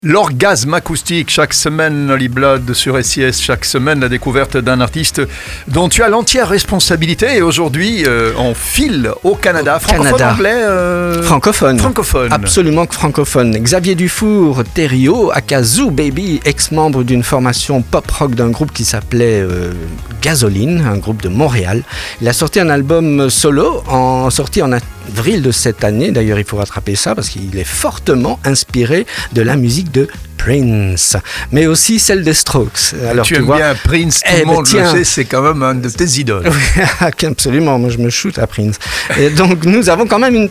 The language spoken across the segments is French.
L'orgasme acoustique, chaque semaine Holly Blood sur SIS, chaque semaine la découverte d'un artiste dont tu as l'entière responsabilité et aujourd'hui en file au Canada. Francophone, anglais Francophone. Absolument que francophone. Xavier Dufour, Thériault, aka Zoo Baby, ex-membre d'une formation pop-rock d'un groupe qui s'appelait Gasoline, un groupe de Montréal. Il a sorti un album solo, sorti en avril de cette année. D'ailleurs, il faut rattraper ça parce qu'il est fortement inspiré de la musique de Prince, mais aussi celle des Strokes. Alors, tu aimes bien Prince, tout le monde le sait, c'est quand même un de tes idoles. Oui, absolument, moi je me shoot à Prince. Et donc nous avons quand même une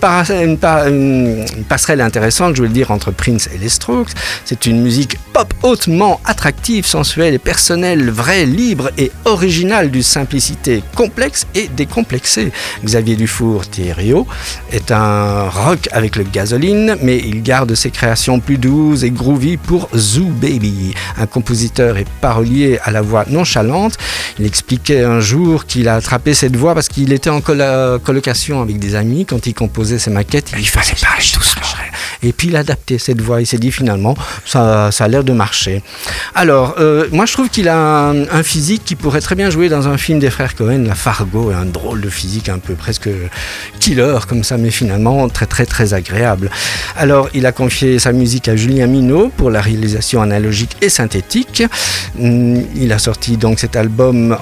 passerelle intéressante, je veux le dire, entre Prince et les Strokes. C'est une musique pop hautement attractive, sensuelle et personnelle, vraie, libre et originale, d'une simplicité complexe et décomplexée. Xavier Dufour, Thériault, est un rock avec le Gasoline, mais il garde ses créations plus douces et groovy pour Zoo Baby, un compositeur et parolier à la voix nonchalante. Il expliquait un jour qu'il a attrapé cette voix parce qu'il était en colocation avec des amis. Quand il composait ses maquettes, il fallait parler doucement. Et puis il a adapté cette voix. Il s'est dit finalement, ça a l'air de marcher. Alors, moi je trouve qu'il a un physique qui pourrait très bien jouer dans un film des frères Cohen, La Fargo, un drôle de physique un peu presque killer comme ça, mais finalement très très très agréable. Alors, il a confié sa musique à Julien Minot pour la réalisation analogique et synthétique. Il a sorti donc cet album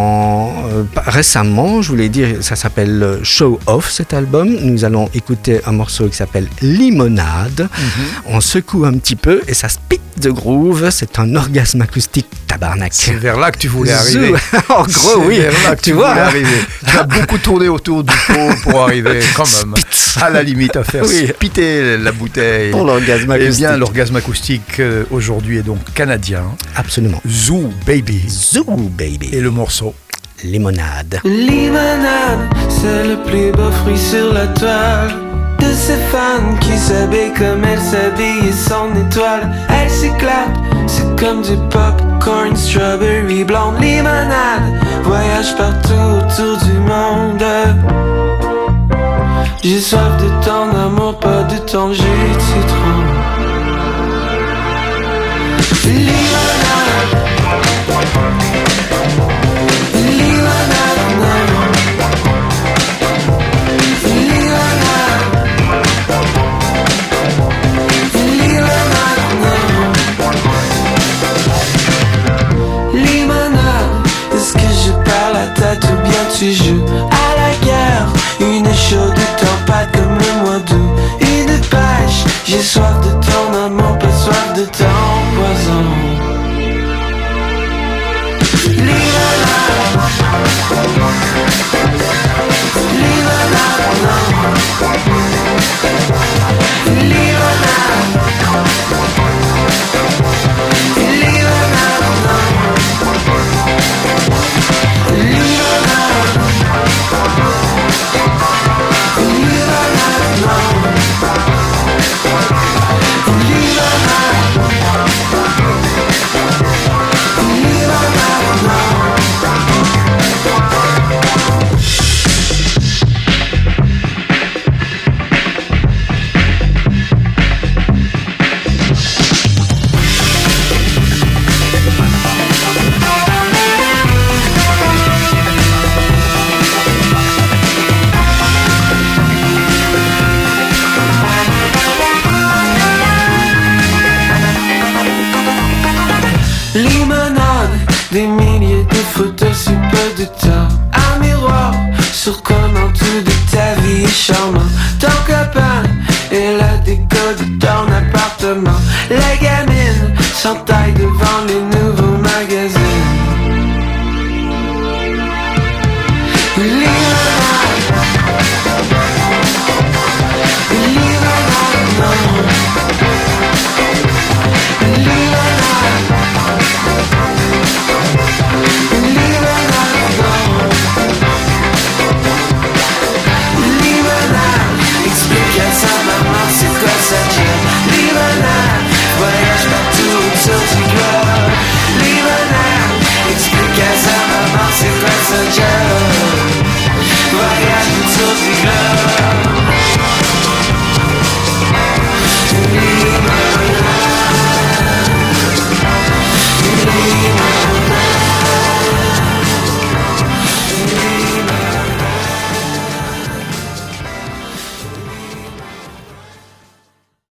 récemment, je voulais dire, ça s'appelle Show Off cet album. Nous allons écouter un morceau qui s'appelle Limonade. On secoue un petit peu et ça spit de groove. C'est un orgasme acoustique tabarnak. C'est vers là que tu voulais arriver. En gros, oui. Vers là que tu voulais arriver. Tu as beaucoup tourné autour du pot pour arriver quand même à la limite à faire spiter la bouteille. Pour l'orgasme acoustique. Eh bien, l'orgasme acoustique aujourd'hui est donc canadien. Absolument. Zoo Baby. Zoo Baby. Et le morceau Limonade. Limonade, c'est le plus beau fruit sur la toile. De ces fans qui s'habillent comme elle s'habille et son étoile. Elle s'éclate, c'est comme du popcorn, strawberry blonde. Limonade, voyage partout autour du monde. J'ai soif de ton amour, pas de ton jus de citron. Limonade, limonade, non. Limonade, limonade, non. Limonade, est-ce que je parle à tête ou bien tu joues à la guerre? Une chaude tempête comme le mois d'août. Une pêche, j'ai soif de ton amour, pas soif de ton poison. Limonade, limonade, non. Limonade, limonade, non. Limonade, des milliers de photos si peu de temps. Un miroir sur comment tout de ta vie est charmant. Ton copain et la déco de ton appartement. Les gamines s'entaillent devant les nouveaux magazines.